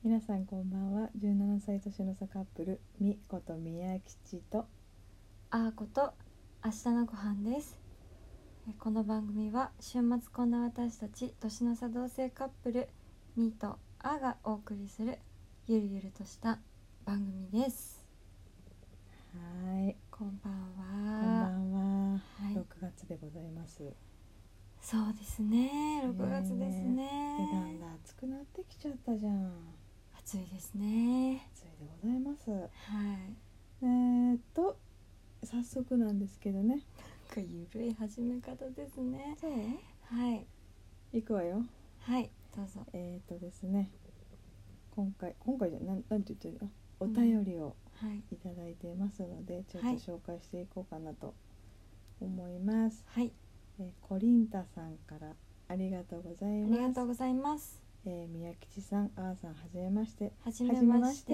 皆さんこんばんは。17歳年の差カップルみこと宮吉とあーこと明日のご飯です。この番組は週末こんな私たち年の差同性カップルみとあがお送りするゆるゆるとした番組です。 はい、 こんばんこんばは。 んは、 はい、 6月でございます。 そうですね、6月ですね。 でだんだん暑くなってきちゃったじゃん。 暑いですね。 暑いでございます。 はい。 早速なんですけどね。 なんかゆるい始め方ですね。 そうはい。 行くわよ。 はい、どうぞ。 ですね、今回じゃなんて言ってるの、お便りをはい。 いただいていますので、ちょっとはい紹介していこうかなと思います。 はい。 コリンタさんからありがとうございあます。 りがとうございます。 宮吉さん、あーさん、はじめまして。 はじめまして。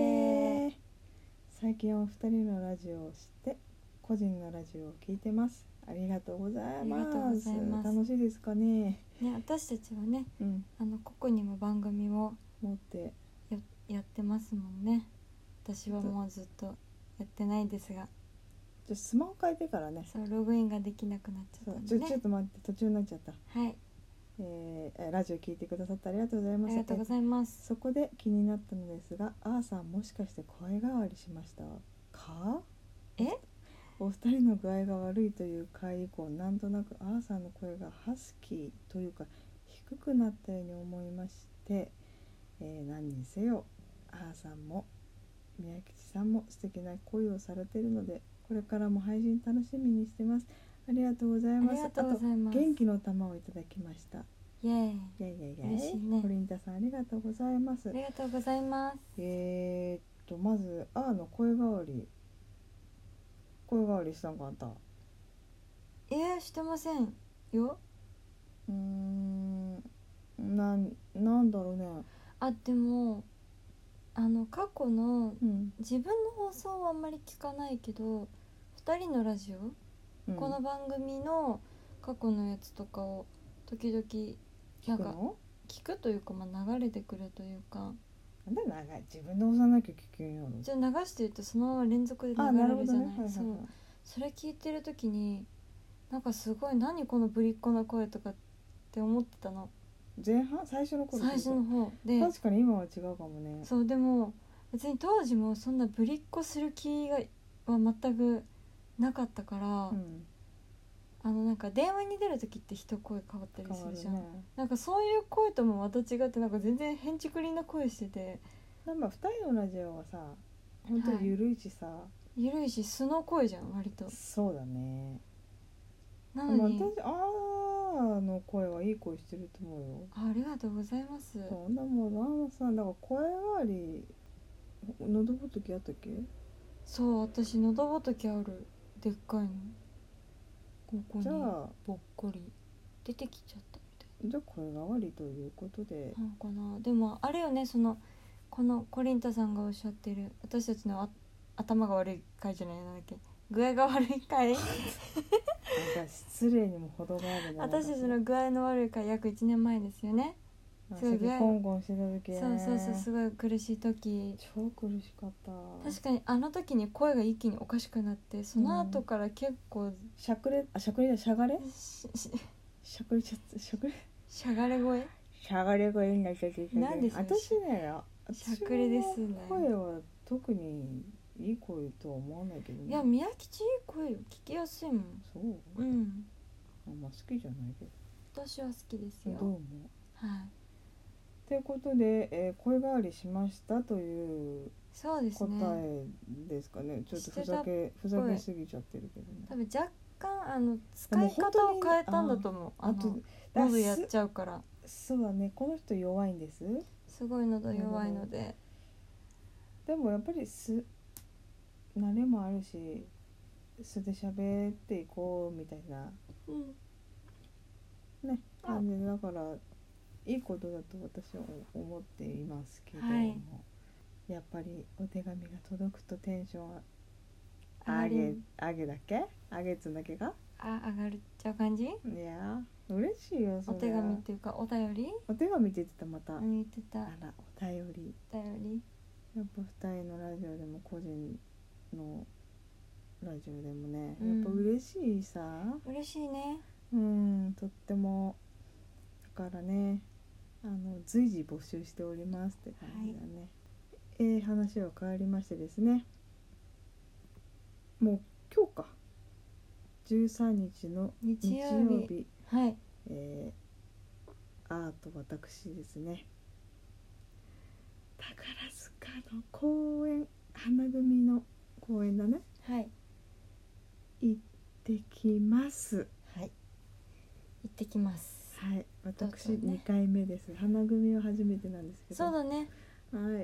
最近お二人のラジオを知って個人のラジオを聞いてます。ありがとうございます。 ありがとうございます。 楽しいですかね。 私たちはね、 うん、 個々にも番組を持ってやってますもんね。私はもうずっとやってないですが、 スマホ変えてからね。 そうログインができなくなっちゃったんでね。 ちょっと待って、途中になっちゃった。 はい、 ラジオ聞いてくださってありがとうございます。 ありがとうございます。 そこで気になったのですが、あーさんもしかして声変わりしましたか？お二人の具合が悪いという回以降、なんとなくあーさんの声がハスキーというか低くなったように思いまして、何にせよあーさんも宮吉さんも素敵な声をされているので、これからも配信楽しみにしてます。ありがとうございます。 ありがとうございます。 元気の玉をいただきました。 イエーイ。 イエイイエイイエイ。 嬉しいね。 コリンタさんありがとうございます。 ありがとうございます。 まずあーの声変わりしたんかあんた？ してませんよ。 なんだろうね。 でも過去のうん、 自分の放送はあんまり聞かないけど、2人のラジオ、この番組の過去のやつとかを時々なんか聞くというか、流れてくるというか。 なんで長い、自分で押さなきゃ聞けんやろ。 じゃあ流してるとそのまま連続で流れるじゃない。それ聞いてる時になんかすごい、何このぶりっ子な声とかって思ってたの。 最初の頃。 最初の方で。 確かに今は違うかもね。 そう、でも別に当時もそんなぶりっ子する気は全くなかったから、なんか電話に出る時って人声変わったりするじゃん、なんかそういう声ともまた違って、なんか全然変築りな声してて、 2人のラジオはさ、本当にゆるいしさ、 ゆるいし素の声じゃん割と。 そうだね。 なのに私の声はいい声してると思うよ。 ありがとうございます。 そう、でもさ、だから声変わり喉仏あったっけ？ そう、私喉仏ある、でっかいのここにぼっこり出てきちゃったみたいな。 じゃあ声変わりということでなのかな。でもあれよね、このコリンタさんがおっしゃってる私たちの頭が悪い回じゃない、なんだっけ、具合が悪い回失礼にも程があるな。 私たちの具合の悪い回、約1年前ですよね。 すごいコンコンしてた時ね。 そうすごい苦しい時、 超苦しかった。 確かにあの時に声が一気におかしくなって、その後から結構しゃがれちゃった。しゃがれ声になっちゃって。 何ですか私ね、 しゃくれですね。 声は特にいい声とは思わないけどね。 いや、宮吉いい声よ、聞きやすいもん。 そう。 あんま好きじゃないけど。 私は好きですよ。 どうも。 はい。 ということで、声変わりしましたという答えですかね。ちょっとふざけすぎちゃってるけどね。 多分若干使い方を変えたんだと思う。喉やっちゃうから。 そうだね、この人弱いんです。 すごい喉弱いので。 でもやっぱり慣れもあるし、素で喋っていこうみたいな、ね、感じだからいいことだと私は思っていますけども、やっぱりお手紙が届くとテンション上げだっけ？上げつんだけが上がるっちゃう感じ。 いや嬉しいよそれ。 お手紙っていうかお便り。 お手紙って言ってたまた。 言ってた。 あらお便り。やっぱ二人のラジオでも個人のラジオでもね、やっぱ嬉しいさ。 嬉しいね。 とっても。だからね、随時募集しておりますって感じだね。話は変わりましてですね。もう今日か。13日の日曜日。 はい。 アート私ですね。宝塚の公演、花組の公演だね。 はい。 行ってきます。 はい。行ってきます。 はい。私2回目です。花組は初めてなんですけど。 そうだね。 はい。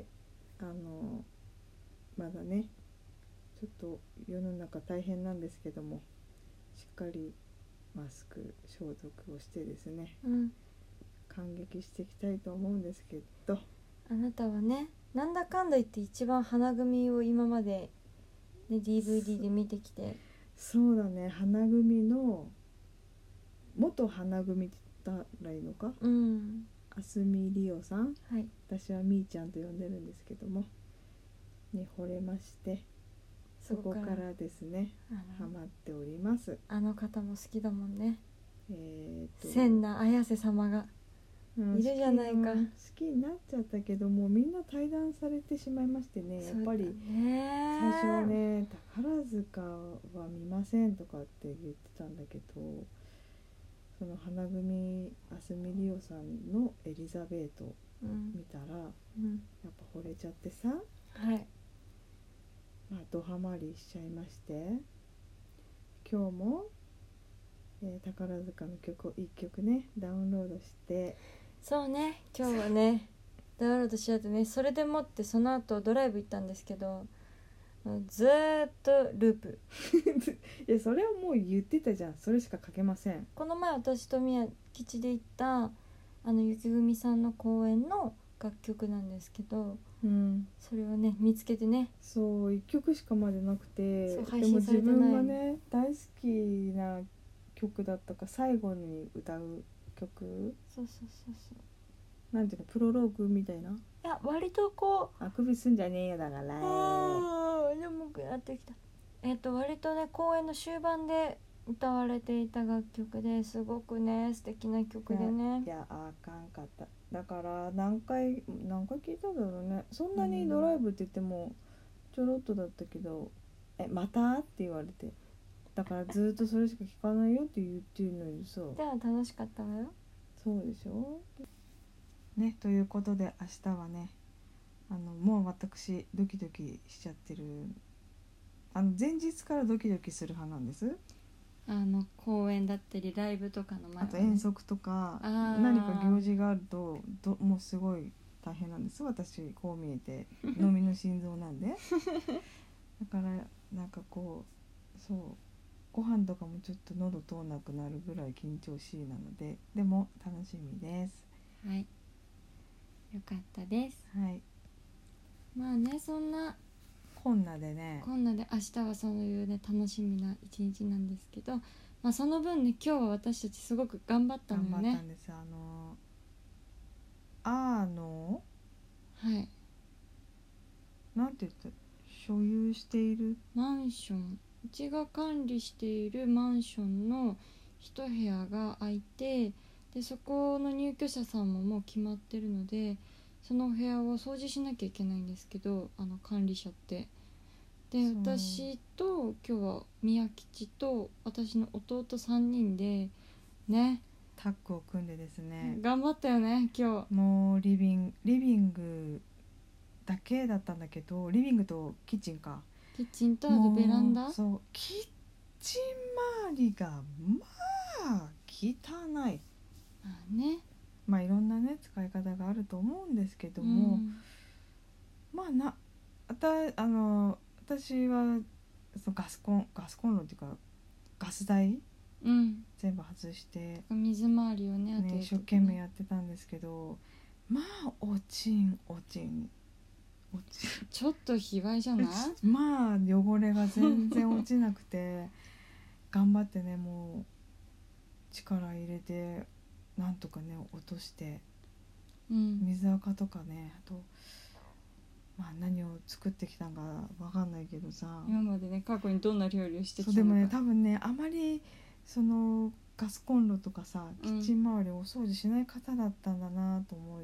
まだね、ちょっと世の中大変なんですけども、しっかりマスク消毒をしてですね。感激していきたいと思うんですけど。 あなたはね、なんだかんだ言って一番花組を今まで、ね、DVD で見てきて。 そうだね、花組の元花組って言ったらいいのか、あすみりおさん、 はい、 私はみーちゃんと呼んでるんですけどもに惚れまして、そこからですねハマっております。 あの方も好きだもんね。千奈綾瀬様がいるじゃないか。好きになっちゃったけども、みんな退団されてしまいましてね。やっぱり最初はね、宝塚は見ませんとかって言ってたんだけど、その花組あすみりおさんのエリザベート見たら、やっぱ惚れちゃってさ、 はい、 ドハマりしちゃいまして、今日も、宝塚の曲を1曲ねダウンロードして。 そうね、今日はねダウンロードしちゃってね、それでもってその後ドライブ行ったんですけど、ずーっとループいやそれはもう言ってたじゃん。それしか書けません。 この前私と宮吉で行った雪組さんの公演の楽曲なんですけど、それをね見つけてね。 そう1曲しかまでなくて、 でも自分がね大好きな曲だったか最後に歌う曲、 そうなんていうの、プロローグみたいな。いや割とこうあくびすんじゃねえよだから眠くなってきた。割とね公演の終盤で歌われていた楽曲ですごくね素敵な曲でね。 いやあかんかった。だから何回聞いたんだろうね。そんなにドライブって言ってもちょろっとだったけど、またって言われて、だからずっとそれしか聞かないよって言ってるのにさ。 では楽しかったわよ。 そうでしょね。ということで明日はね、もう私ドキドキしちゃってる。前日からドキドキする派なんです。 公演だったりライブとかの前は、ね、 あと遠足とか何か行事があるともうすごい大変なんです。私こう見えて飲みの心臓なんでだからなんかこう、そうご飯とかもちょっと喉通んなくなるぐらい緊張しいなので、でも楽しみです。 はい、よかったです。 はい。 まあね、そんなこんなで明日はそういうね楽しみな一日なんですけど、まあその分ね今日は私たちすごく頑張ったのよね。 頑張ったんです。 はい、 なんて言った、所有しているマンション、うちが管理しているマンションの一部屋が空いて、でそこの入居者さんももう決まってるので、そのお部屋を掃除しなきゃいけないんですけど、管理者ってで、私と今日は宮吉と私の弟3人でねタッグを組んでですね、 頑張ったよね今日。 もうリビングだけだったんだけど、リビングとキッチンとあとベランダ、 そうキッチン周りがまあ汚い。まあいろんなね使い方があると思うんですけども、まあ私はそのガスコンロっていうかガス台、全部外して水回りをね一生懸命やってたんですけど、まあ落ちんちょっと卑猥じゃないまあ汚れが全然落ちなくて頑張ってねもう力入れてなんとかね落として、水垢とかねあと何を作ってきたんか分かんないけどさ、 今までね過去にどんな料理をしてきたのか。 そうでもね多分ねあまりそのガスコンロとかさキッチン周りをお掃除しない方だったんだなと思って、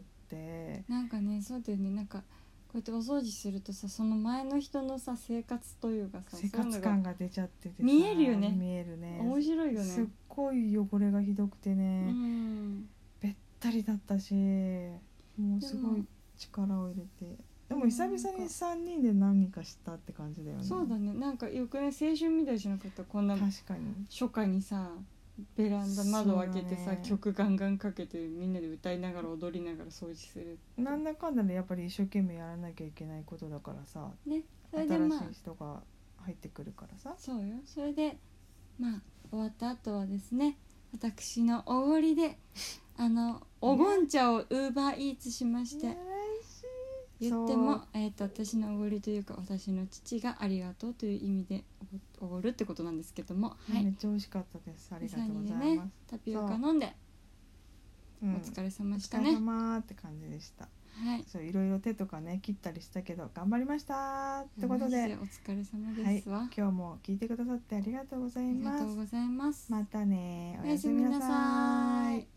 なんかねそうだよね、なんかこうやってお掃除するとさその前の人のさ生活というかさ生活感が出ちゃっててさ見えるよね。 見えるね。 面白いよね。 すっごい汚れがひどくてね、べったりだったしもうすごい力を入れて、でも久々に3人で何かしたって感じだよね。 そうだね、なんかよくね青春みたいじゃなかった。こんな確かに初夏にさベランダ窓を開けてさ、曲ガンガンかけてみんなで歌いながら踊りながら掃除する。 なんだかんだねやっぱり一生懸命やらなきゃいけないことだからさ、 ね、それで新しい人が入ってくるからさ、 そうよ。それで終わった後はですね、私のおごりでおごん茶をウーバーイーツしまして、言っても、私のおごりというか私の父がありがとうという意味でおごるってことなんですけども、 はい、めっちゃ美味しかったです。ありがとうございます。 タピオカ飲んで、お疲れ様でしたね。 お疲れ様って感じでした。 はい、 そういろいろ手とかね切ったりしたけど頑張りましたってことで、 お疲れ様ですわ、 今日も聞いてくださってありがとうございます。 ありがとうございます。 またね、 おやすみなさい。